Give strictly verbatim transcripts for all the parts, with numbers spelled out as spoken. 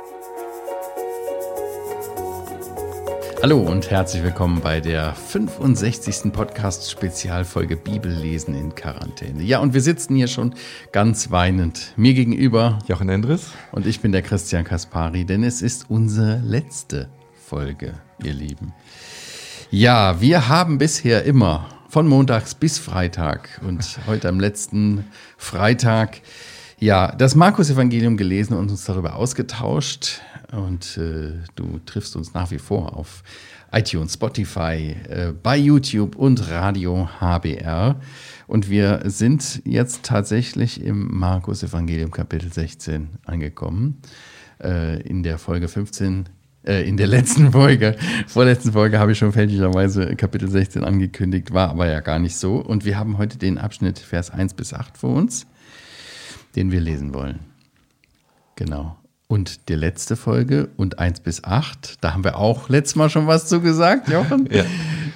Hallo und herzlich willkommen bei der fünfundsechzigsten Podcast-Spezialfolge Bibellesen in Quarantäne. Ja, und wir sitzen hier schon ganz weinend. Mir gegenüber Jochen Endres. Und ich bin der Christian Kaspari, denn es ist unsere letzte Folge, ihr Lieben. Ja, wir haben bisher immer von montags bis Freitag und heute am letzten Freitag ja das Markus-Evangelium gelesen und uns darüber ausgetauscht. Und äh, du triffst uns nach wie vor auf iTunes, Spotify, äh, bei YouTube und Radio H B R. Und wir sind jetzt tatsächlich im Markus-Evangelium Kapitel sechzehn angekommen. Äh, in der Folge fünfzehn, äh, in der letzten Folge, vorletzten Folge habe ich schon fälschlicherweise Kapitel sechzehn angekündigt, war aber ja gar nicht so. Und wir haben heute den Abschnitt Vers eins bis acht vor uns, den wir lesen wollen. Genau. Und die letzte Folge und eins bis acht, da haben wir auch letztes Mal schon was zu gesagt, Jochen. Ja.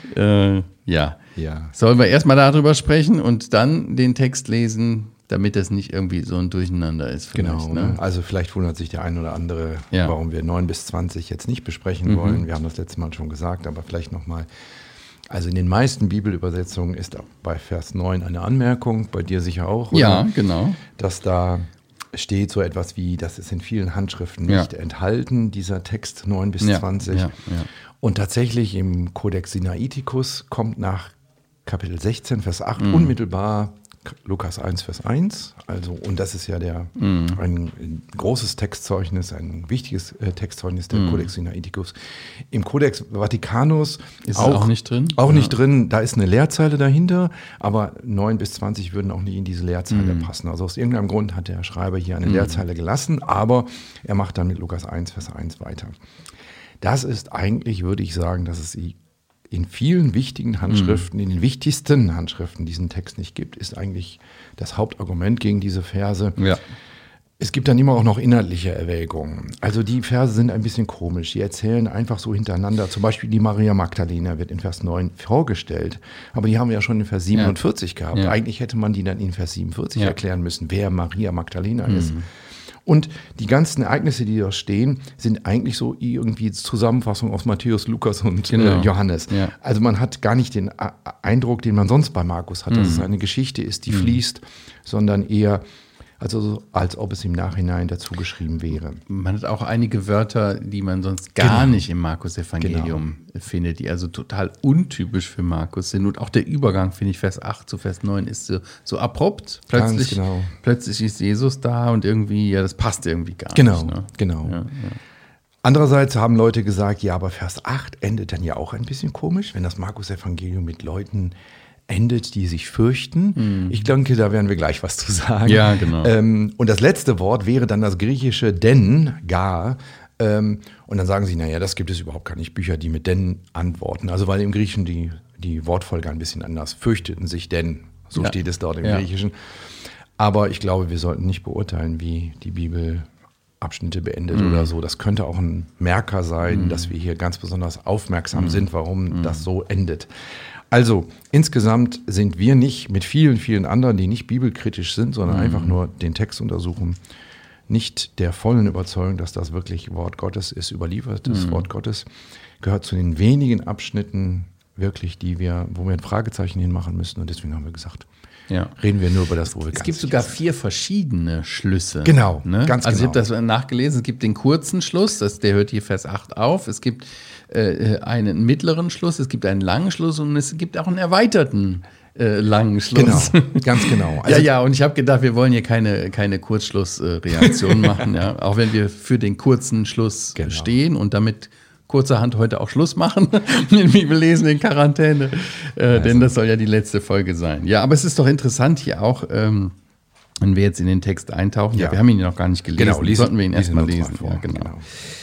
Äh, ja. ja. Sollen wir erstmal darüber sprechen und dann den Text lesen, damit das nicht irgendwie so ein Durcheinander ist? Genau. Ne? Also vielleicht wundert sich der ein oder andere, ja. warum wir neun bis zwanzig jetzt nicht besprechen mhm. wollen. Wir haben das letzte Mal schon gesagt, aber vielleicht nochmal. Also in den meisten Bibelübersetzungen ist bei Vers neun eine Anmerkung, bei dir sicher auch, oder? Ja, genau. Dass da steht so etwas wie, das ist in vielen Handschriften nicht ja. enthalten, dieser Text neun bis zwanzig. Ja, ja, ja. Und tatsächlich im Codex Sinaiticus kommt nach Kapitel sechzehn, Vers acht mhm. unmittelbar Lukas eins, Vers eins. Also, und das ist ja der, mhm. ein großes Textzeugnis, ein wichtiges äh, Textzeugnis der mhm. Codex Sinaiticus. Im Codex Vaticanus ist auch, auch nicht drin. Auch ja. nicht drin. Da ist eine Leerzeile dahinter, aber neun bis zwanzig würden auch nicht in diese Leerzeile mhm. passen. Also aus irgendeinem Grund hat der Schreiber hier eine mhm. Leerzeile gelassen, aber er macht dann mit Lukas eins, Vers eins weiter. Das ist eigentlich, würde ich sagen, dass es in vielen wichtigen Handschriften, mhm. in den wichtigsten Handschriften diesen Text nicht gibt, ist eigentlich das Hauptargument gegen diese Verse. Ja. Es gibt dann immer auch noch inhaltliche Erwägungen. Also die Verse sind ein bisschen komisch. Die erzählen einfach so hintereinander. Zum Beispiel die Maria Magdalena wird in Vers neun vorgestellt. Aber die haben wir ja schon in Vers siebenundvierzig ja. gehabt. Ja. Eigentlich hätte man die dann in Vers siebenundvierzig ja. erklären müssen, wer Maria Magdalena mhm. ist. Und die ganzen Ereignisse, die da stehen, sind eigentlich so irgendwie Zusammenfassung aus Matthäus, Lukas und genau. äh, Johannes. Ja. Also man hat gar nicht den A- Eindruck, den man sonst bei Markus hat, mhm. dass es eine Geschichte ist, die mhm. fließt, sondern eher, also so, als ob es im Nachhinein dazu geschrieben wäre. Man hat auch einige Wörter, die man sonst gar genau. nicht im Markus-Evangelium genau. findet, die also total untypisch für Markus sind. Und auch der Übergang, finde ich, Vers acht zu Vers neun ist so, so abrupt. Plötzlich, genau. plötzlich ist Jesus da und irgendwie, ja, das passt irgendwie gar genau, nicht. Ne? Genau, genau. Ja, ja. Andererseits haben Leute gesagt, ja, aber Vers acht endet dann ja auch ein bisschen komisch, wenn das Markus-Evangelium mit Leuten endet, die sich fürchten. Mhm. Ich denke, da werden wir gleich was zu sagen. Ja, genau. Ähm, und das letzte Wort wäre dann das griechische denn, gar. Ähm, und dann sagen sie, naja, das gibt es überhaupt gar nicht. Bücher, die mit denn antworten. Also weil im Griechischen die, die Wortfolge ein bisschen anders. Fürchteten sich denn. So ja. steht es dort im ja. Griechischen. Aber ich glaube, wir sollten nicht beurteilen, wie die Bibel Abschnitte beendet mhm. oder so. Das könnte auch ein Merker sein, mhm. dass wir hier ganz besonders aufmerksam mhm. sind, warum mhm. das so endet. Also insgesamt sind wir nicht mit vielen, vielen anderen, die nicht bibelkritisch sind, sondern mhm. einfach nur den Text untersuchen, nicht der vollen Überzeugung, dass das wirklich Wort Gottes ist, überliefertes mhm. Wort Gottes, gehört zu den wenigen Abschnitten wirklich, die wir, wo wir ein Fragezeichen hinmachen müssen. Und deswegen haben wir gesagt, ja. reden wir nur über das, wo wir es ganz gibt sogar sind. vier verschiedene Schlüsse. Genau, ne? ganz also genau. Also ich habe das nachgelesen, es gibt den kurzen Schluss, das, der hört hier Vers acht auf, es gibt äh, einen mittleren Schluss, es gibt einen langen Schluss und es gibt auch einen erweiterten äh, langen Schluss. Genau, ganz genau. Also ja, ja, und ich habe gedacht, wir wollen hier keine, keine Kurzschlussreaktion machen, ja? Auch wenn wir für den kurzen Schluss genau. stehen und damit kurzerhand heute auch Schluss machen mit Bibellesen in Quarantäne, äh, also. denn das soll ja die letzte Folge sein. Ja, aber es ist doch interessant hier auch, ähm, wenn wir jetzt in den Text eintauchen, ja. Ja, wir haben ihn ja noch gar nicht gelesen, genau, lesen, sollten wir ihn erstmal lesen. Ja, genau. genau.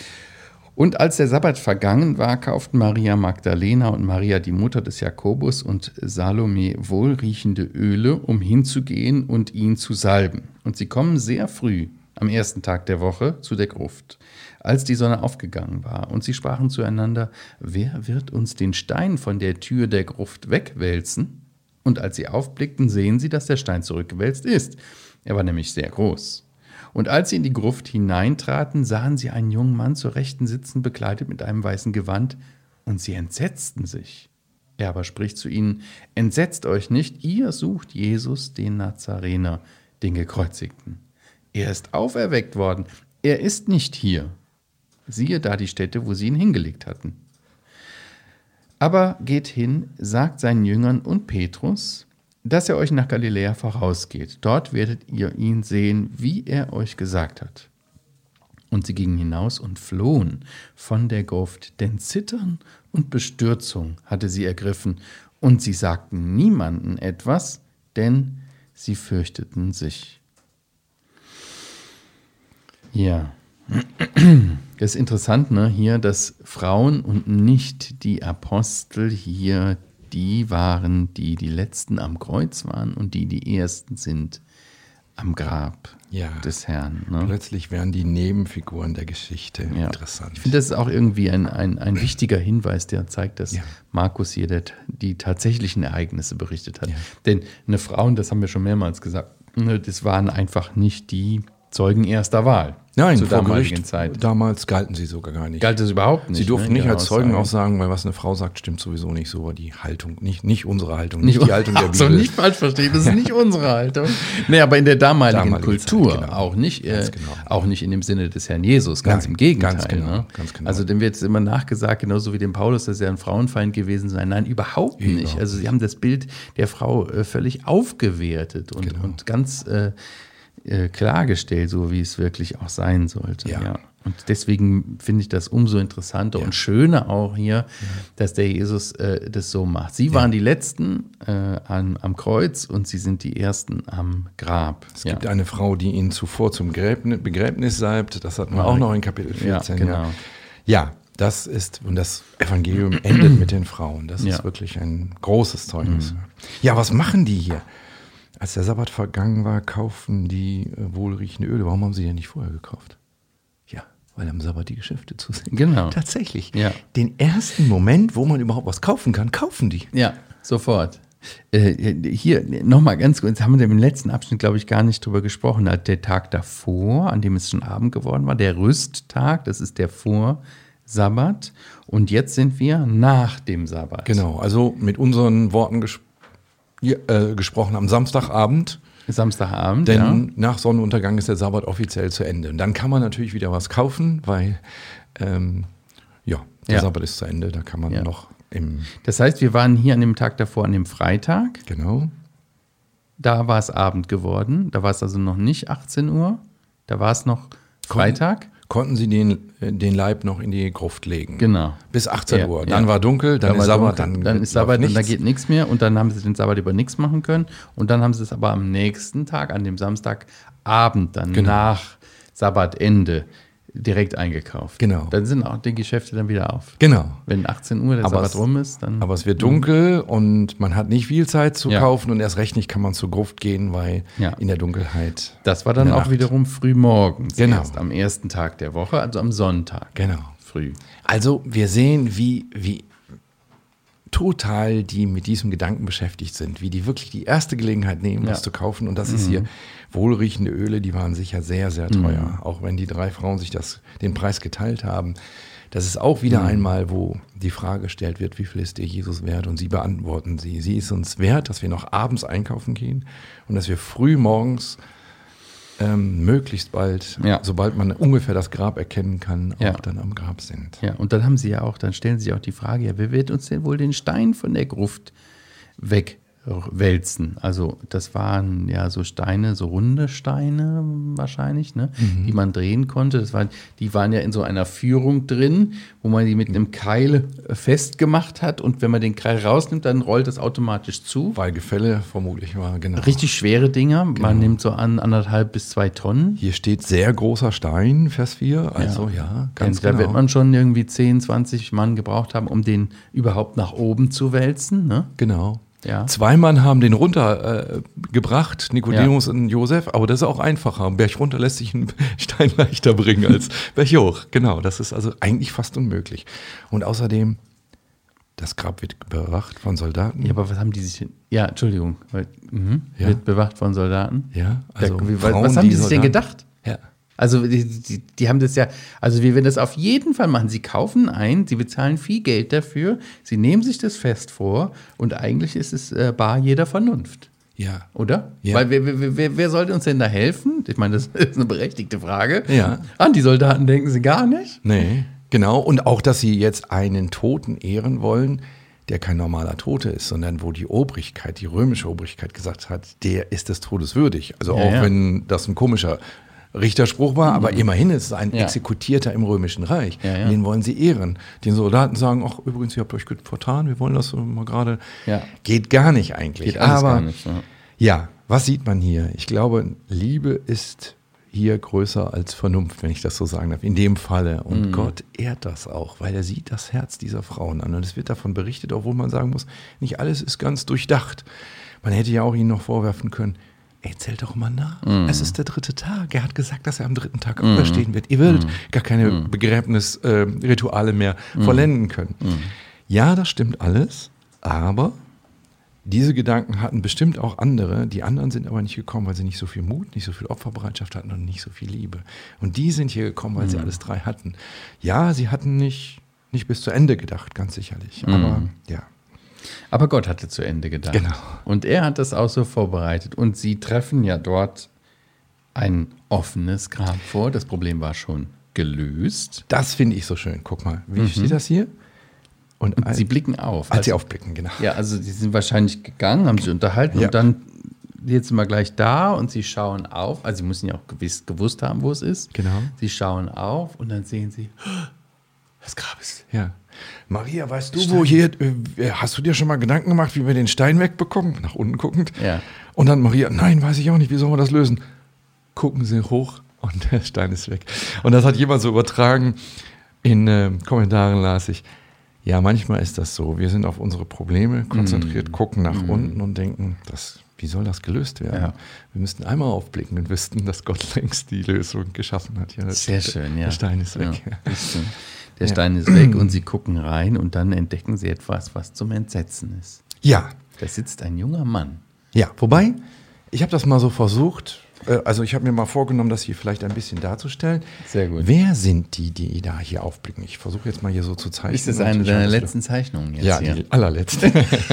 Und als der Sabbat vergangen war, kauften Maria Magdalena und Maria, die Mutter des Jakobus, und Salome wohlriechende Öle, um hinzugehen und ihn zu salben. Und sie kommen sehr früh, am ersten Tag der Woche, zu der Gruft, als die Sonne aufgegangen war. Und sie sprachen zueinander, wer wird uns den Stein von der Tür der Gruft wegwälzen? Und als sie aufblickten, sehen sie, dass der Stein zurückgewälzt ist. Er war nämlich sehr groß. Und als sie in die Gruft hineintraten, sahen sie einen jungen Mann zur Rechten sitzen, bekleidet mit einem weißen Gewand, und sie entsetzten sich. Er aber spricht zu ihnen: Entsetzt euch nicht, ihr sucht Jesus, den Nazarener, den Gekreuzigten. Er ist auferweckt worden, er ist nicht hier. Siehe da die Stätte, wo sie ihn hingelegt hatten. Aber geht hin, sagt seinen Jüngern und Petrus, dass er euch nach Galiläa vorausgeht. Dort werdet ihr ihn sehen, wie er euch gesagt hat. Und sie gingen hinaus und flohen von der Gruft, denn Zittern und Bestürzung hatte sie ergriffen, und sie sagten niemanden etwas, denn sie fürchteten sich. Ja, das ist interessant, ne, hier, dass Frauen und nicht die Apostel hier die waren, die die Letzten am Kreuz waren und die die Ersten sind am Grab ja. des Herrn. Ne? Plötzlich werden die Nebenfiguren der Geschichte ja. interessant. Ich finde, das ist auch irgendwie ein, ein, ein wichtiger Hinweis, der zeigt, dass ja. Markus hier der, die tatsächlichen Ereignisse berichtet hat. Ja. Denn eine Frau, und das haben wir schon mehrmals gesagt, das waren einfach nicht die Zeugen erster Wahl. Nein, zur vor damaligen Gericht, Zeit. Damals galten sie sogar gar nicht. Galt es überhaupt nicht. Sie durften ne, nicht als Zeugen Aussage. auch sagen, weil was eine Frau sagt, stimmt sowieso nicht. So war die Haltung, nicht, nicht unsere Haltung, nicht, nicht die Haltung der Bibel. So, nicht falsch verstehen, das ist nicht unsere Haltung. Nee, aber in der damaligen Damalige Kultur Zeit, genau. auch nicht, äh, genau. auch nicht in dem Sinne des Herrn Jesus, ganz Nein, im Gegenteil. Ganz genau, ne? ganz genau. Also dem wird jetzt immer nachgesagt, genauso wie dem Paulus, dass er ein Frauenfeind gewesen sei. Nein, überhaupt nicht. Überhaupt. Also sie haben das Bild der Frau äh, völlig aufgewertet und, Genau. und ganz äh, äh, klargestellt, so wie es wirklich auch sein sollte. Ja. ja. Und deswegen finde ich das umso interessanter ja. und schöner auch hier, ja. dass der Jesus äh, das so macht. Sie ja. waren die Letzten äh, am, am Kreuz und sie sind die Ersten am Grab. Es ja. gibt eine Frau, die ihn zuvor zum Begräbnis, Begräbnis salbt. Das hatten wir auch noch in Kapitel vierzehn. Ja, genau. Ja. ja, das ist, und das Evangelium endet mit den Frauen. Das ja. ist wirklich ein großes Zeugnis. Mhm. Ja, was machen die hier? Als der Sabbat vergangen war, kaufen die äh, wohlriechende Öle. Warum haben sie die nicht vorher gekauft? Ja, weil am Sabbat die Geschäfte zu sind. Genau. Tatsächlich. Ja. Den ersten Moment, wo man überhaupt was kaufen kann, kaufen die. Ja, sofort. Äh, hier nochmal ganz kurz, haben wir im letzten Abschnitt, glaube ich, gar nicht drüber gesprochen. Der Tag davor, an dem es schon Abend geworden war, der Rüsttag, das ist der Vorsabbat. Und jetzt sind wir nach dem Sabbat. Genau, also mit unseren Worten gesprochen. Ja, äh, gesprochen am Samstagabend. Samstagabend, Denn ja. nach Sonnenuntergang ist der Sabbat offiziell zu Ende. Und dann kann man natürlich wieder was kaufen, weil ähm, ja, der ja. Sabbat ist zu Ende. Da kann man ja. noch im... Das heißt, wir waren hier an dem Tag davor, an dem Freitag. Genau. Da war es Abend geworden. Da war es also noch nicht achtzehn Uhr. Da war es noch Freitag. Konnten, konnten sie den, den Leib noch in die Gruft legen. Genau. Bis achtzehn ja, Uhr. Dann ja. war dunkel, dann da ist Sabbat. Dann, dann ist Sabbat und da geht nichts mehr. Und dann haben sie den Sabbat über nichts machen können. Und dann haben sie es aber am nächsten Tag, an dem Samstagabend, dann genau. nach Sabbatende, direkt eingekauft. Genau. Dann sind auch die Geschäfte dann wieder auf. Genau. Wenn achtzehn Uhr der aber Sabbat es, rum ist, dann... Aber es wird dunkel und man hat nicht viel Zeit zu ja. kaufen und erst recht nicht kann man zur Gruft gehen, weil ja. in der Dunkelheit... Das war dann auch Nacht. wiederum früh morgens. Genau. Erst am ersten Tag der Woche, also am Sonntag. Genau. Früh. Also wir sehen, wie, wie total die mit diesem Gedanken beschäftigt sind, wie die wirklich die erste Gelegenheit nehmen, ja. was zu kaufen. Und das mhm. ist hier wohlriechende Öle, die waren sicher sehr, sehr teuer. Mhm. Auch wenn die drei Frauen sich das, den Preis geteilt haben. Das ist auch wieder mhm. einmal, wo die Frage gestellt wird, wie viel ist dir Jesus wert? Und sie beantworten sie. Sie ist uns wert, dass wir noch abends einkaufen gehen und dass wir früh morgens ähm, möglichst bald, ja. sobald man ungefähr das Grab erkennen kann, auch ja. dann am Grab sind. Ja, und dann haben sie ja auch, dann stellen sie auch die Frage, ja, wer wird uns denn wohl den Stein von der Gruft wegwälzen? Also das waren ja so Steine, so runde Steine wahrscheinlich, ne, mhm. die man drehen konnte. Das waren, die waren ja in so einer Führung drin, wo man die mit einem Keil festgemacht hat und wenn man den Keil rausnimmt, dann rollt es automatisch zu. Weil Gefälle vermutlich war, genau. Richtig schwere Dinger, genau. man nimmt so an anderthalb bis zwei Tonnen. Hier steht sehr großer Stein, Vers vier, also ja, ja ganz ja, genau. Da wird man schon irgendwie zehn, zwanzig Mann gebraucht haben, um den überhaupt nach oben zu wälzen, ne? Genau. Ja. Zwei Mann haben den runtergebracht, äh, Nikodemus ja. und Josef, aber das ist auch einfacher. Berg runter lässt sich ein Stein leichter bringen als Berg hoch. Genau, das ist also eigentlich fast unmöglich. Und außerdem, das Grab wird bewacht von Soldaten. Ja, aber was haben die sich denn? Ja, Entschuldigung. Mhm. Ja. Wird bewacht von Soldaten? Ja, also da, wie, Frauen, was haben die sich Soldaten, denn gedacht? Ja. Also die, die, die haben das ja, also wir werden das auf jeden Fall machen. Sie kaufen ein, sie bezahlen viel Geld dafür, sie nehmen sich das fest vor und eigentlich ist es äh, bar jeder Vernunft. Ja. Oder? Ja. Weil wer, wer, wer, wer sollte uns denn da helfen? Ich meine, das ist eine berechtigte Frage. Ja. An die Soldaten denken sie gar nicht. Nee, genau. Und auch, dass sie jetzt einen Toten ehren wollen, der kein normaler Tote ist, sondern wo die Obrigkeit, die römische Obrigkeit gesagt hat, der ist des Todes würdig. Also Ja, auch ja. wenn das ein komischer Richterspruch war, aber immerhin ist es ein Ja. Exekutierter im Römischen Reich. Ja, ja. Den wollen sie ehren. Den Soldaten sagen, ach übrigens, ihr habt euch gut vertan, wir wollen das mal gerade. Ja. Geht gar nicht eigentlich. Geht alles aber gar nicht. Ja. ja, was sieht man hier? Ich glaube, Liebe ist hier größer als Vernunft, wenn ich das so sagen darf, in dem Falle. Und Mhm. Gott ehrt das auch, weil er sieht das Herz dieser Frauen an. Und es wird davon berichtet, obwohl man sagen muss, nicht alles ist ganz durchdacht. Man hätte ja auch ihnen noch vorwerfen können, ey, zählt doch mal nach. Mhm. Es ist der dritte Tag. Er hat gesagt, dass er am dritten Tag auferstehen wird. Ihr würdet gar keine Mhm. Begräbnisrituale mehr vollenden können. Mhm. Ja, das stimmt alles, aber diese Gedanken hatten bestimmt auch andere. Die anderen sind aber nicht gekommen, weil sie nicht so viel Mut, nicht so viel Opferbereitschaft hatten und nicht so viel Liebe. Und die sind hier gekommen, weil sie alles drei hatten. Ja, sie hatten nicht, nicht bis zu Ende gedacht, ganz sicherlich. Aber ja. Aber Gott hatte zu Ende gedacht. Genau. Und er hat das auch so vorbereitet. Und sie treffen ja dort ein offenes Grab vor. Das Problem war schon gelöst. Das finde ich so schön. Guck mal, wie steht das hier? Und, Und als, sie blicken auf. als sie Also- aufblicken, genau. Ja, also die sind wahrscheinlich gegangen, haben sich unterhalten Ja. und dann, jetzt sind wir gleich da und sie schauen auf. Also sie müssen ja auch gewiss, gewusst haben, wo es ist. Genau. Sie schauen auf und dann sehen sie, das Grab ist. Ja. Maria, weißt du, wo hier, äh, hast du dir schon mal Gedanken gemacht, wie wir den Stein wegbekommen? Nach unten guckend. Ja. Und dann Maria, nein, weiß ich auch nicht, wie sollen wir das lösen? Gucken sie hoch und der Stein ist weg. Und das hat jemand so übertragen, in äh, Kommentaren las ich, ja, manchmal ist das so, wir sind auf unsere Probleme konzentriert, gucken nach unten und denken, das, wie soll das gelöst werden? Ja. Wir müssten einmal aufblicken und wüssten, dass Gott längst die Lösung geschaffen hat. Ja, das Sehr stimmt. schön, ja. Der Stein ist weg. Ja, das stimmt. Der Ja. Stein ist weg und sie gucken rein und dann entdecken sie etwas, was zum Entsetzen ist. Ja, Da sitzt ein junger Mann. ja, wobei, ich habe das mal so versucht, äh, also ich habe mir mal vorgenommen, das hier vielleicht ein bisschen darzustellen. Sehr gut. Wer sind die, die da hier aufblicken? Ich versuche jetzt mal hier so zu zeichnen. Ist das und eine zu deiner schauen, was letzten Zeichnungen jetzt Ja, hier? die allerletzte.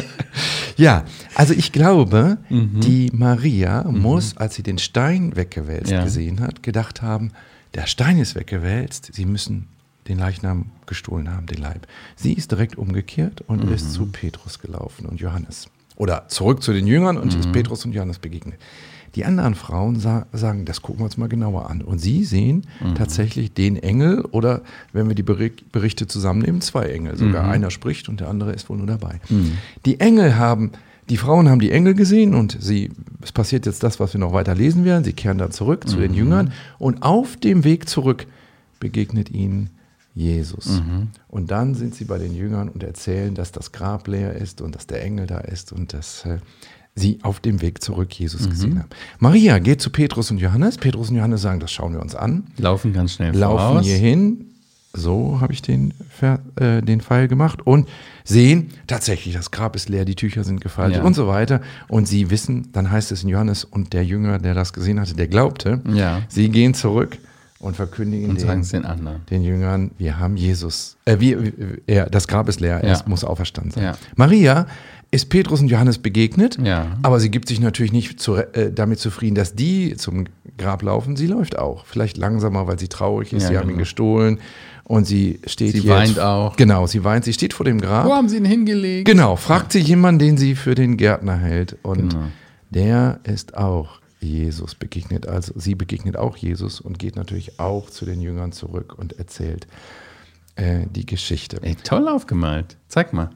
Ja, also ich glaube, Mhm. die Maria muss, als sie den Stein weggewälzt Ja. gesehen hat, gedacht haben, der Stein ist weggewälzt, sie müssen den Leichnam gestohlen haben, den Leib. Sie ist direkt umgekehrt und Mhm. ist zu Petrus gelaufen und Johannes. Oder zurück zu den Jüngern und Mhm. ist Petrus und Johannes begegnet. Die anderen Frauen sa- sagen, das gucken wir uns mal genauer an. Und sie sehen Mhm. tatsächlich den Engel oder, wenn wir die Beri- Berichte zusammennehmen, zwei Engel. Sogar Mhm. einer spricht und der andere ist wohl nur dabei. Die Engel haben, die Frauen haben die Engel gesehen und sie, es passiert jetzt das, was wir noch weiter lesen werden. Sie kehren dann zurück zu den Jüngern und auf dem Weg zurück begegnet ihnen Jesus. Und dann sind sie bei den Jüngern und erzählen, dass das Grab leer ist und dass der Engel da ist und dass äh, sie auf dem Weg zurück Jesus gesehen haben. Maria geht zu Petrus und Johannes. Petrus und Johannes sagen, das schauen wir uns an. Laufen ganz schnell Laufen voraus. hier hin. So habe ich den, Ver- äh, den Pfeil gemacht und sehen, tatsächlich, das Grab ist leer, die Tücher sind gefaltet Ja. und so weiter. Und sie wissen, dann heißt es in Johannes, und der Jünger, der das gesehen hatte, der glaubte, Ja. sie gehen zurück und verkündigen Und den, sagen es den anderen. den Jüngern, wir haben Jesus, äh, wir, er, das Grab ist leer, Ja. er muss auferstanden sein. Ja. Maria ist Petrus und Johannes begegnet, Ja. aber sie gibt sich natürlich nicht zu, äh, damit zufrieden, dass die zum Grab laufen. Sie läuft auch, vielleicht langsamer, weil sie traurig ist, Ja, sie haben ihn genau. gestohlen und sie steht Sie jetzt, weint auch. Genau, sie weint, sie steht vor dem Grab. Wo haben sie ihn hingelegt? Genau, fragt sie jemanden, den sie für den Gärtner hält. Und Genau. der ist auch Jesus begegnet. Also sie begegnet auch Jesus und geht natürlich auch zu den Jüngern zurück und erzählt äh, die Geschichte. Ey, toll aufgemalt. Zeig mal.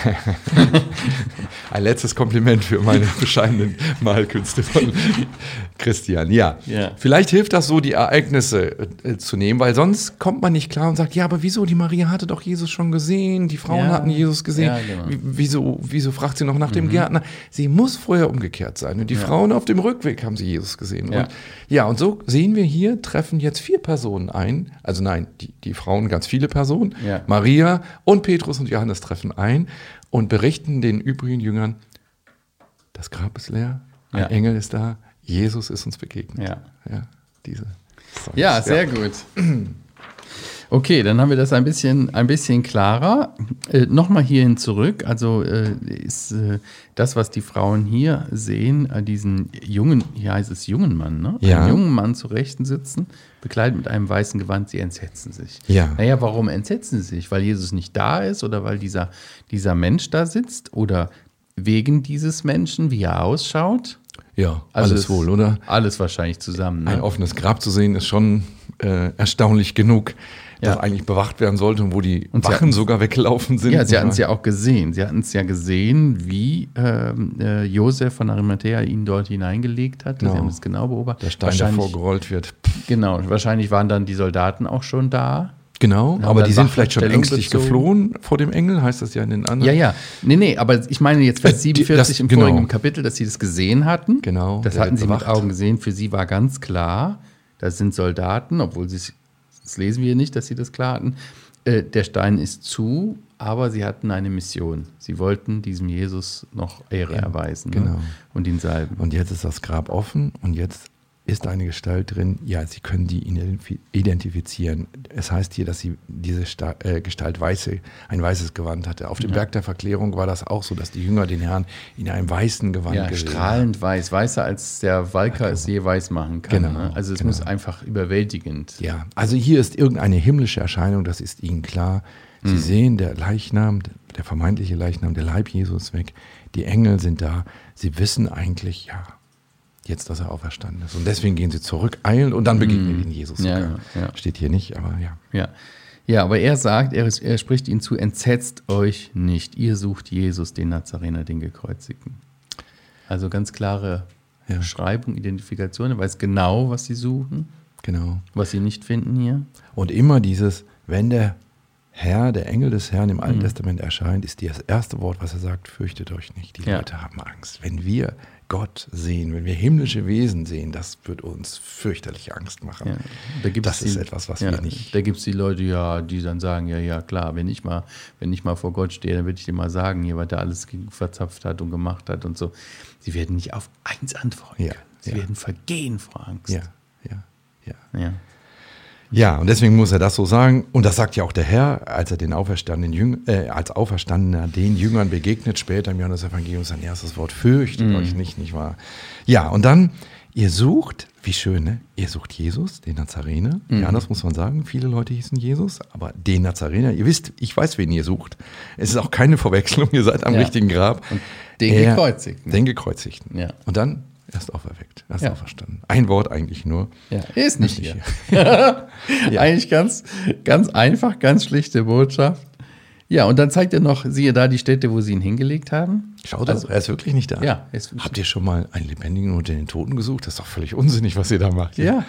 Ein letztes Kompliment für meine bescheidenen Malkünste von Christian. Ja, Ja. vielleicht hilft das so, die Ereignisse äh, zu nehmen, weil sonst kommt man nicht klar und sagt, ja, aber wieso, die Maria hatte doch Jesus schon gesehen, die Frauen Ja. hatten Jesus gesehen. Ja, genau. Wie- wieso, wieso fragt sie noch nach dem Gärtner? Sie muss vorher umgekehrt sein. Und die Ja. Frauen auf dem Rückweg haben sie Jesus gesehen. Ja. Und, ja, und so sehen wir hier, treffen jetzt vier Personen ein. Also nein, die, die Frauen, ganz viele Personen. Ja. Maria und Petrus und Johannes treffen ein und berichten den übrigen Jüngern, das Grab ist leer, ein Ja. Engel ist da, Jesus ist uns begegnet. Ja. Ja, diese. Ja, sehr ja. gut. Okay, dann haben wir das ein bisschen, ein bisschen klarer. Äh, Nochmal hierhin zurück. Also äh, ist äh, das, was die Frauen hier sehen, äh, diesen jungen, hier heißt es jungen Mann, ne? Ja. Einen jungen Mann zu Rechten sitzen, bekleidet mit einem weißen Gewand, sie entsetzen sich. Ja. Naja, warum entsetzen sie sich? Weil Jesus nicht da ist oder weil dieser, dieser Mensch da sitzt oder wegen dieses Menschen, wie er ausschaut? Ja, Also alles wohl, oder? Alles wahrscheinlich zusammen. Ne? Ein offenes Grab zu sehen, ist schon äh, erstaunlich genug, das Ja. eigentlich bewacht werden sollte und wo die Und sie Wachen hatten- sogar weggelaufen sind. Ja, sie hatten es ja auch gesehen. Sie hatten es ja gesehen, wie ähm, äh, Josef von Arimathea ihn dort hineingelegt hat. Genau. Sie haben es genau beobachtet. Der Stein wahrscheinlich, davor gerollt wird. Genau, wahrscheinlich waren dann die Soldaten auch schon da. Genau, Haben aber dann die sind vielleicht schon Wachstellung ängstlich bezogen. geflohen vor dem Engel, heißt das ja in den anderen. Ja, ja. Nee, nee, aber ich meine jetzt Vers Äh, die- siebenundvierzig das- im genau. vorigen Kapitel, dass sie das gesehen hatten. Genau, Das der hatten wird sie mit bewacht. Augen gesehen. Für sie war ganz klar, das sind Soldaten, obwohl sie es, das lesen wir nicht, dass sie das klar hatten. Äh, der Stein ist zu, aber sie hatten eine Mission. Sie wollten diesem Jesus noch Ehre erweisen, genau. ne? Und ihn salben. Und jetzt ist das Grab offen und jetzt ist eine Gestalt drin. Ja, sie können die identif- identifizieren. Es heißt hier, dass sie diese Sta- äh, Gestalt weiße, ein weißes Gewand hatte. Auf dem Ja. Berg der Verklärung war das auch so, dass die Jünger den Herrn in einem weißen Gewand Ja, gesehen strahlend weiß, weißer als der Walker es je weiß machen kann. Genau, Ne? Also es genau. muss einfach überwältigend. Ja, also hier ist irgendeine himmlische Erscheinung, das ist ihnen klar. Sie Mhm. sehen, der Leichnam, der vermeintliche Leichnam, der Leib Jesus weg, die Engel sind da. Sie wissen eigentlich, ja, jetzt, dass er auferstanden ist. Und deswegen gehen sie zurück, eilen und dann begegnet ihnen Jesus. Ja, sogar. ja, ja. Steht hier nicht, aber ja. Ja. Ja, aber er sagt, er, ist, er spricht ihnen zu, entsetzt euch nicht. Ihr sucht Jesus, den Nazarener, den Gekreuzigten. Also ganz klare Ja. Beschreibung, Identifikation. Er weiß genau, was sie suchen, Genau. was sie nicht finden hier. Und immer dieses, wenn der Herr, der Engel des Herrn im Alten Mhm. Testament erscheint, ist das erste Wort, was er sagt, fürchtet euch nicht. Die Ja. Leute haben Angst. Wenn wir Gott sehen, wenn wir himmlische Wesen sehen, das wird uns fürchterliche Angst machen. Ja. Da gibt's Das ist die, etwas, was ja, wir nicht... Da gibt es die Leute, ja, die dann sagen, ja, ja, klar, wenn ich mal, wenn ich mal vor Gott stehe, dann würde ich dir mal sagen, hier, was der alles gegen verzapft hat und gemacht hat und so. Sie werden nicht auf eins antworten Ja, können. Sie ja. werden vergehen vor Angst. Ja, ja, ja. Ja. Ja, und deswegen muss er das so sagen. Und das sagt ja auch der Herr, als er den auferstandenen Jüng äh, als Auferstandener den Jüngern begegnet, später im Johannes-Evangelium sein erstes Wort, fürchtet Mhm. euch nicht, nicht wahr? Ja, und dann, ihr sucht, wie schön, ne? Ihr sucht Jesus, den Nazarener. Mhm. Ja, das muss man sagen. Viele Leute hießen Jesus, aber den Nazarener, ihr wisst, ich weiß, wen ihr sucht. Es ist auch keine Verwechslung, ihr seid am Ja. richtigen Grab. Und den Er- Gekreuzigten. Den Gekreuzigten. Ja. Und dann erst auferweckt, erst Ja. auferstanden. Ein Wort eigentlich nur. Ja, er ist nicht Nicht hier. Eigentlich ganz, ganz einfach, ganz schlichte Botschaft. Ja, und dann zeigt er noch, siehe da die Stätte, wo sie ihn hingelegt haben. Schaut Also- er ist wirklich nicht da. Ja, er ist wirklich- Habt ihr schon mal einen Lebendigen unter den Toten gesucht? Das ist doch völlig unsinnig, was ihr da macht. Ja.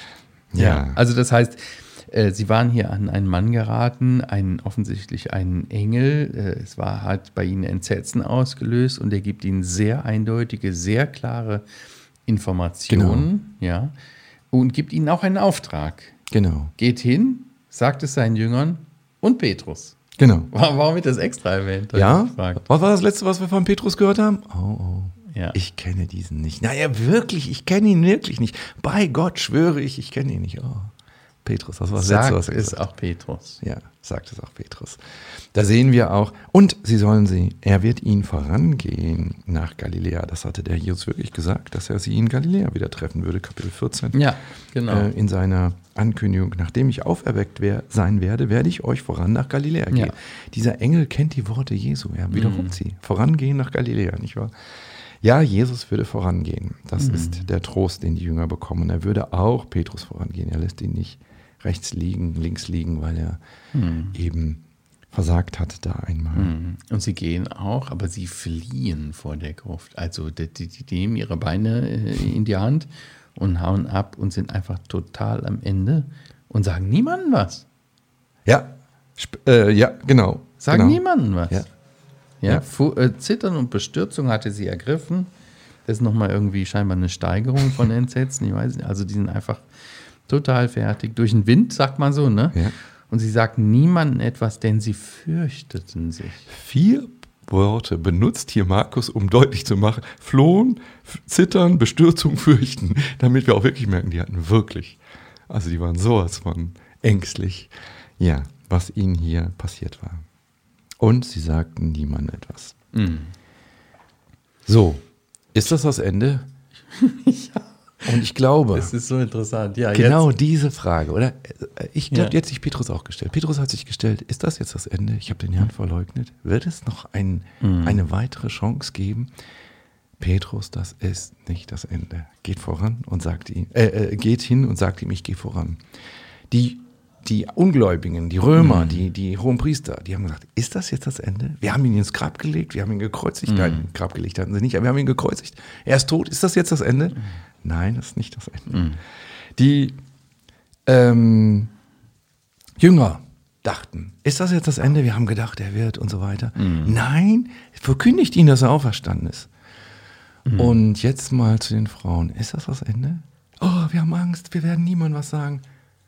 Ja. Ja. Also das heißt, äh, sie waren hier an einen Mann geraten, einen, offensichtlich einen Engel. Äh, es war, hat bei ihnen Entsetzen ausgelöst und er gibt ihnen sehr eindeutige, sehr klare Informationen. Ja, und gibt ihnen auch einen Auftrag. Genau. Geht hin, sagt es seinen Jüngern und Petrus. Genau. Warum wird das extra erwähnt? Hab Ja? ich gefragt. Was war das Letzte, was wir von Petrus gehört haben? Oh, oh. Ja. Ich kenne diesen nicht. Naja, wirklich, ich kenne ihn wirklich nicht. Bei Gott schwöre ich, ich kenne ihn nicht. Oh, Petrus, das war das Sagt Letzte, was er es gesagt hat. auch Petrus. Ja, sagt es auch Petrus. Da sehen wir auch, und sie sollen sie, er wird ihnen vorangehen nach Galiläa. Das hatte der Jesus wirklich gesagt, dass er sie in Galiläa wieder treffen würde, Kapitel vierzehn. Ja, genau. Äh, in seiner Ankündigung, nachdem ich auferweckt wer, sein werde, werde ich euch voran nach Galiläa gehen. Ja. Dieser Engel kennt die Worte Jesu, er wiederholt Mhm. sie. Vorangehen nach Galiläa, nicht wahr? Ja, Jesus würde vorangehen. Das Mhm. ist der Trost, den die Jünger bekommen. Er würde auch Petrus vorangehen. Er lässt ihn nicht rechts liegen, links liegen, weil er Mhm. eben versagt hat da einmal. Mhm. Und sie gehen auch, aber sie fliehen vor der Gruft. Also die, die, die nehmen ihre Beine äh, in die Hand und hauen ab und sind einfach total am Ende und sagen niemandem was. Ja, sp- äh, ja, genau. Sagen genau. niemandem was. Ja. Ja, Ja. Fu- äh, Zittern und Bestürzung hatte sie ergriffen. Das ist nochmal irgendwie scheinbar eine Steigerung von Entsetzen. Ich weiß nicht. Also die sind einfach total fertig. Durch den Wind, sagt man so, ne? Ja. Und sie sagten niemandem etwas, denn sie fürchteten sich. Vier Worte benutzt hier Markus, um deutlich zu machen, flohen, f- zittern, Bestürzung, fürchten, damit wir auch wirklich merken, die hatten wirklich Also die waren sowas von ängstlich, ja, was ihnen hier passiert war. Und sie sagten niemandem etwas. Mhm. So, ist das das Ende? Ja. Und ich glaube, Das ist so interessant. Ja, genau jetzt. diese Frage, oder? Ich glaube, Ja. die hat sich Petrus auch gestellt. Petrus hat sich gestellt, ist das jetzt das Ende? Ich habe den Herrn verleugnet. Wird es noch ein, Mhm. eine weitere Chance geben? Petrus, das ist nicht das Ende. Geht voran und sagt ihm, äh, äh, geht hin und sagt ihm, ich gehe voran. Die, die Ungläubigen, die Römer, Mhm. die, die Hohenpriester, die haben gesagt, ist das jetzt das Ende? Wir haben ihn ins Grab gelegt, wir haben ihn gekreuzigt. Mhm. Nein, Grab gelegt hatten sie nicht, aber wir haben ihn gekreuzigt. Er ist tot, ist das jetzt das Ende? Nein, das ist nicht das Ende. Mhm. Die ähm, Jünger dachten, ist das jetzt das Ende? Wir haben gedacht, er wird und so weiter. Mhm. Nein, verkündigt ihnen, dass er auferstanden ist. Mhm. Und jetzt mal zu den Frauen. Ist das das Ende? Oh, wir haben Angst, wir werden niemandem was sagen.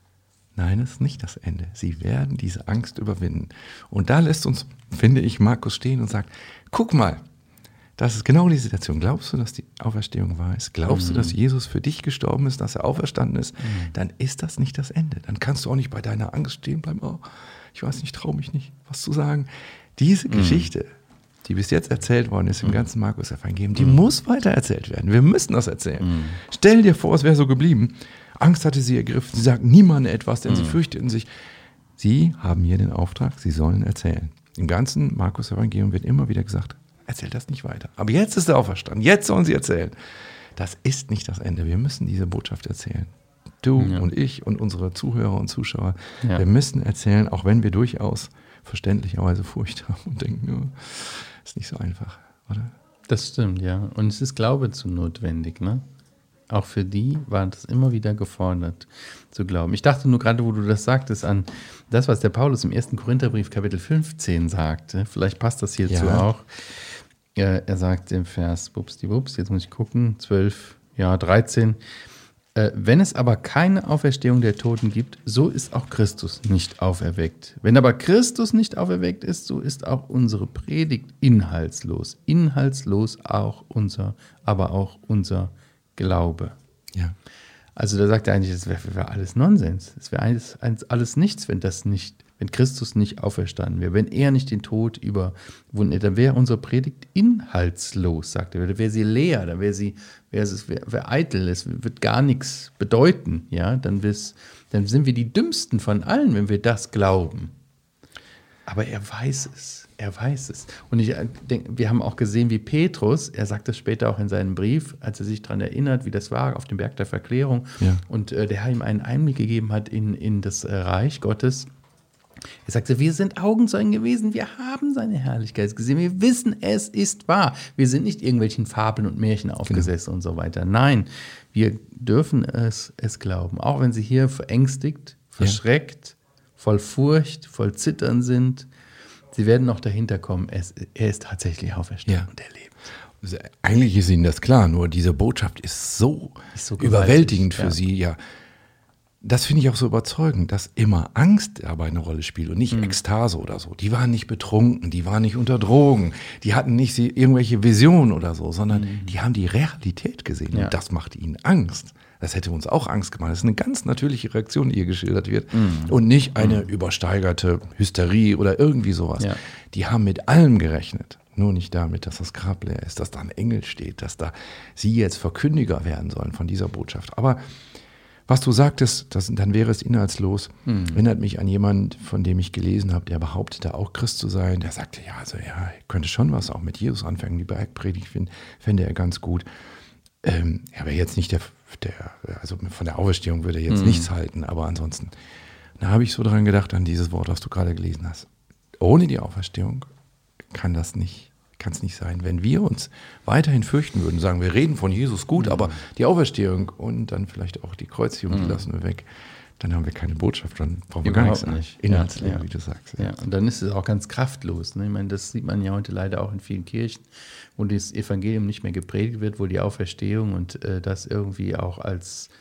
Nein, das ist nicht das Ende. Sie werden diese Angst überwinden. Und da lässt uns, finde ich, Markus stehen und sagt, guck mal, das ist genau die Situation. Glaubst du, dass die Auferstehung wahr ist? Glaubst Mhm. du, dass Jesus für dich gestorben ist, dass er auferstanden ist? Mhm. Dann ist das nicht das Ende. Dann kannst du auch nicht bei deiner Angst stehen bleiben. Oh, ich weiß nicht, traue mich nicht, was zu sagen. Diese Mhm. Geschichte, die bis jetzt erzählt worden ist im Mhm. ganzen Markus-Evangelium, die Mhm. muss weiter erzählt werden. Wir müssen das erzählen. Mhm. Stell dir vor, es wäre so geblieben. Angst hatte sie ergriffen. Sie sagten niemandem etwas, denn Mhm. sie fürchteten sich. Sie haben hier den Auftrag, sie sollen erzählen. Im ganzen Markus-Evangelium wird immer wieder gesagt, erzählt das nicht weiter. Aber jetzt ist er auferstanden. Jetzt sollen sie erzählen. Das ist nicht das Ende. Wir müssen diese Botschaft erzählen. Du Ja. und ich und unsere Zuhörer und Zuschauer. Ja. Wir müssen erzählen, auch wenn wir durchaus verständlicherweise Furcht haben und denken, oh, ist nicht so einfach, oder? Das stimmt, ja. Und es ist Glaube zu notwendig, ne? Auch für die war das immer wieder gefordert, zu glauben. Ich dachte nur gerade, wo du das sagtest, an das, was der Paulus im ersten Korintherbrief Kapitel fünfzehn sagte. Vielleicht passt das hierzu Ja. auch. Äh, er sagt im Vers, bups, die bups, jetzt muss ich gucken, zwölf, ja, dreizehn. Äh, wenn es aber keine Auferstehung der Toten gibt, so ist auch Christus nicht auferweckt. Wenn aber Christus nicht auferweckt ist, so ist auch unsere Predigt inhaltslos. Inhaltslos auch unser, aber auch unser Glaube. Ja. Also da sagt er eigentlich, das wäre wär alles Nonsens. Es wäre alles, alles nichts, wenn das nicht, wenn Christus nicht auferstanden wäre. Wenn er nicht den Tod überwunden hätte, dann wäre unsere Predigt inhaltslos, sagt er. Da wäre sie leer, dann wäre sie, wäre es wär, wär eitel, es wird gar nichts bedeuten. Ja? Dann, dann sind wir die Dümmsten von allen, wenn wir das glauben. Aber er weiß es. Er weiß es. Und ich denke, wir haben auch gesehen, wie Petrus, er sagt das später auch in seinem Brief, als er sich daran erinnert, wie das war auf dem Berg der Verklärung, Ja. und äh, der Herr ihm einen Einblick gegeben hat in, in das äh, Reich Gottes. Er sagte, wir sind Augenzeugen gewesen, wir haben seine Herrlichkeit gesehen, wir wissen, es ist wahr. Wir sind nicht irgendwelchen Fabeln und Märchen aufgesessen und so weiter. Nein, wir dürfen es, es glauben. Auch wenn sie hier verängstigt, verschreckt, voll Furcht, voll Zittern sind. Sie werden noch dahinter kommen, es, er ist tatsächlich auferstanden Ja. und er lebt. Also eigentlich ist ihnen das klar, nur diese Botschaft ist so, Ist so gewaltig, überwältigend für ja. sie. Ja, das finde ich auch so überzeugend, dass immer Angst dabei eine Rolle spielt und nicht Ekstase oder so. Die waren nicht betrunken, die waren nicht unter Drogen, die hatten nicht sie- irgendwelche Visionen oder so, sondern die haben die Realität gesehen Ja. und das machte ihnen Angst. Das hätte uns auch Angst gemacht. Das ist eine ganz natürliche Reaktion, die hier geschildert wird und nicht eine übersteigerte Hysterie oder irgendwie sowas. Ja. Die haben mit allem gerechnet. Nur nicht damit, dass das Grab leer ist, dass da ein Engel steht, dass da sie jetzt Verkündiger werden sollen von dieser Botschaft. Aber was du sagtest, das, dann wäre es inhaltslos. Mhm. Erinnert mich an jemanden, von dem ich gelesen habe, der behauptete auch Christ zu sein. Der sagte, ja, also ja, ich könnte schon was auch mit Jesus anfangen. Die Bergpredigt find- fände er ganz gut. Ähm, er wäre jetzt nicht der, der, also von der Auferstehung würde er jetzt Mhm. nichts halten, aber ansonsten. Da habe ich so daran gedacht, an dieses Wort, was du gerade gelesen hast. Ohne die Auferstehung kann das nicht, kann es nicht sein. Wenn wir uns weiterhin fürchten würden, sagen, wir reden von Jesus gut, Mhm. aber die Auferstehung und dann vielleicht auch die Kreuzigung, die lassen wir weg, dann haben wir keine Botschaft, dann brauchen wir gar nichts Überhaupt sagen. nicht. Inhaltsleer, Ja, ja. wie du sagst. Ja, und dann ist es auch ganz kraftlos. Ne? Ich meine, das sieht man ja heute leider auch in vielen Kirchen, wo das Evangelium nicht mehr gepredigt wird, wo die Auferstehung und äh, das irgendwie auch als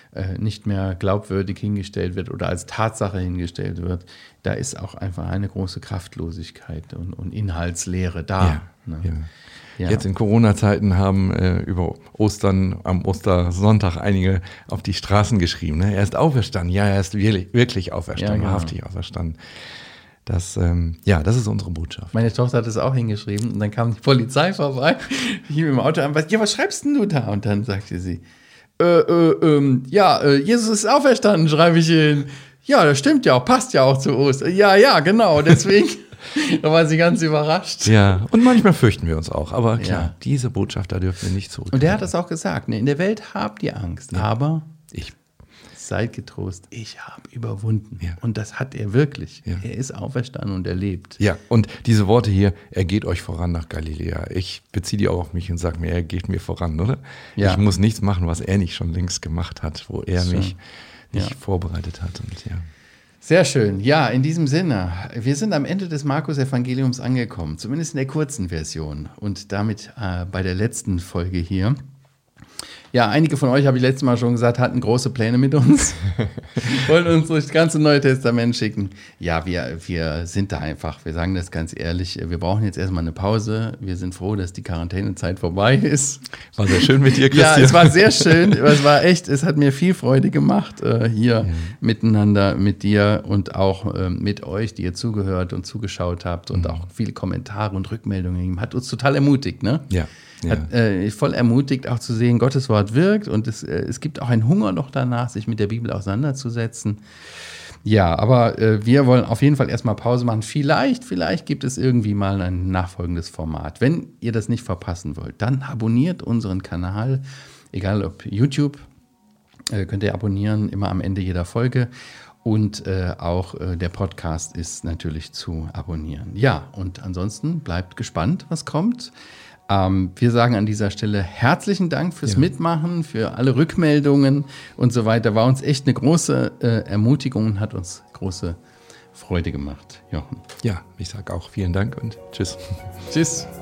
äh, nicht mehr glaubwürdig hingestellt wird oder als Tatsache hingestellt wird, da ist auch einfach eine große Kraftlosigkeit und, und Inhaltslehre da. Ja, ne? ja. Ja. Jetzt in Corona-Zeiten haben äh, über Ostern, am Ostersonntag einige auf die Straßen geschrieben. Ne? Er ist auferstanden. Ja, er ist wirklich, wirklich auferstanden, Ja, genau. wahrhaftig auferstanden. Das, ähm, ja, das ist unsere Botschaft. Meine Tochter hat es auch hingeschrieben und dann kam die Polizei vorbei. Ich hielt im Auto an, ja, was schreibst denn du da? Und dann sagte sie, äh, äh, ähm, ja, äh, Jesus ist auferstanden, schreibe ich hin. Ja, das stimmt ja auch, passt ja auch zu Ostern. Ja, ja, genau, deswegen. Da war sie ganz überrascht. Ja, und manchmal fürchten wir uns auch. Aber klar, Ja. diese Botschaft, da dürfen wir nicht zurück. Und der hat das auch gesagt. Ne? In der Welt habt ihr Angst, Ja. aber Ich. seid getrost, ich habe überwunden. Ja. Und das hat er wirklich. Ja. Er ist auferstanden und er lebt. Ja, und diese Worte hier, er geht euch voran nach Galiläa. Ich beziehe die auch auf mich und sage mir, er geht mir voran, oder? Ja. Ich muss nichts machen, was er nicht schon längst gemacht hat, wo er Schön. mich nicht Ja. vorbereitet hat. Und ja. Sehr schön. Ja, in diesem Sinne, wir sind am Ende des Markus-Evangeliums angekommen, zumindest in der kurzen Version und damit äh, bei der letzten Folge hier. Ja, einige von euch, habe ich letztes Mal schon gesagt, hatten große Pläne mit uns, wollen uns durch das ganze Neue Testament schicken. Ja, wir, wir sind da einfach, wir sagen das ganz ehrlich, wir brauchen jetzt erstmal eine Pause. Wir sind froh, dass die Quarantänezeit vorbei ist. War sehr schön mit dir, Ja, Christian. es war sehr schön. Es war echt, es hat mir viel Freude gemacht, äh, hier Ja. miteinander, mit dir und auch ähm, mit euch, die ihr zugehört und zugeschaut habt und Mhm. auch viele Kommentare und Rückmeldungen gegeben. Hat uns total ermutigt, ne? Ja. Ja. Hat äh, voll ermutigt, auch zu sehen, Gottes Wort wirkt und es, äh, es gibt auch einen Hunger noch danach, sich mit der Bibel auseinanderzusetzen. Ja, aber äh, wir wollen auf jeden Fall erstmal Pause machen. Vielleicht, vielleicht gibt es irgendwie mal ein nachfolgendes Format. Wenn ihr das nicht verpassen wollt, dann abonniert unseren Kanal, egal ob YouTube, äh, könnt ihr abonnieren, immer am Ende jeder Folge. Und äh, auch äh, der Podcast ist natürlich zu abonnieren. Ja, und ansonsten bleibt gespannt, was kommt. Ähm, wir sagen an dieser Stelle herzlichen Dank fürs Ja. Mitmachen, für alle Rückmeldungen und so weiter. War uns echt eine große äh, Ermutigung und hat uns große Freude gemacht. Jochen. Ja, ich sage auch vielen Dank und tschüss. Tschüss.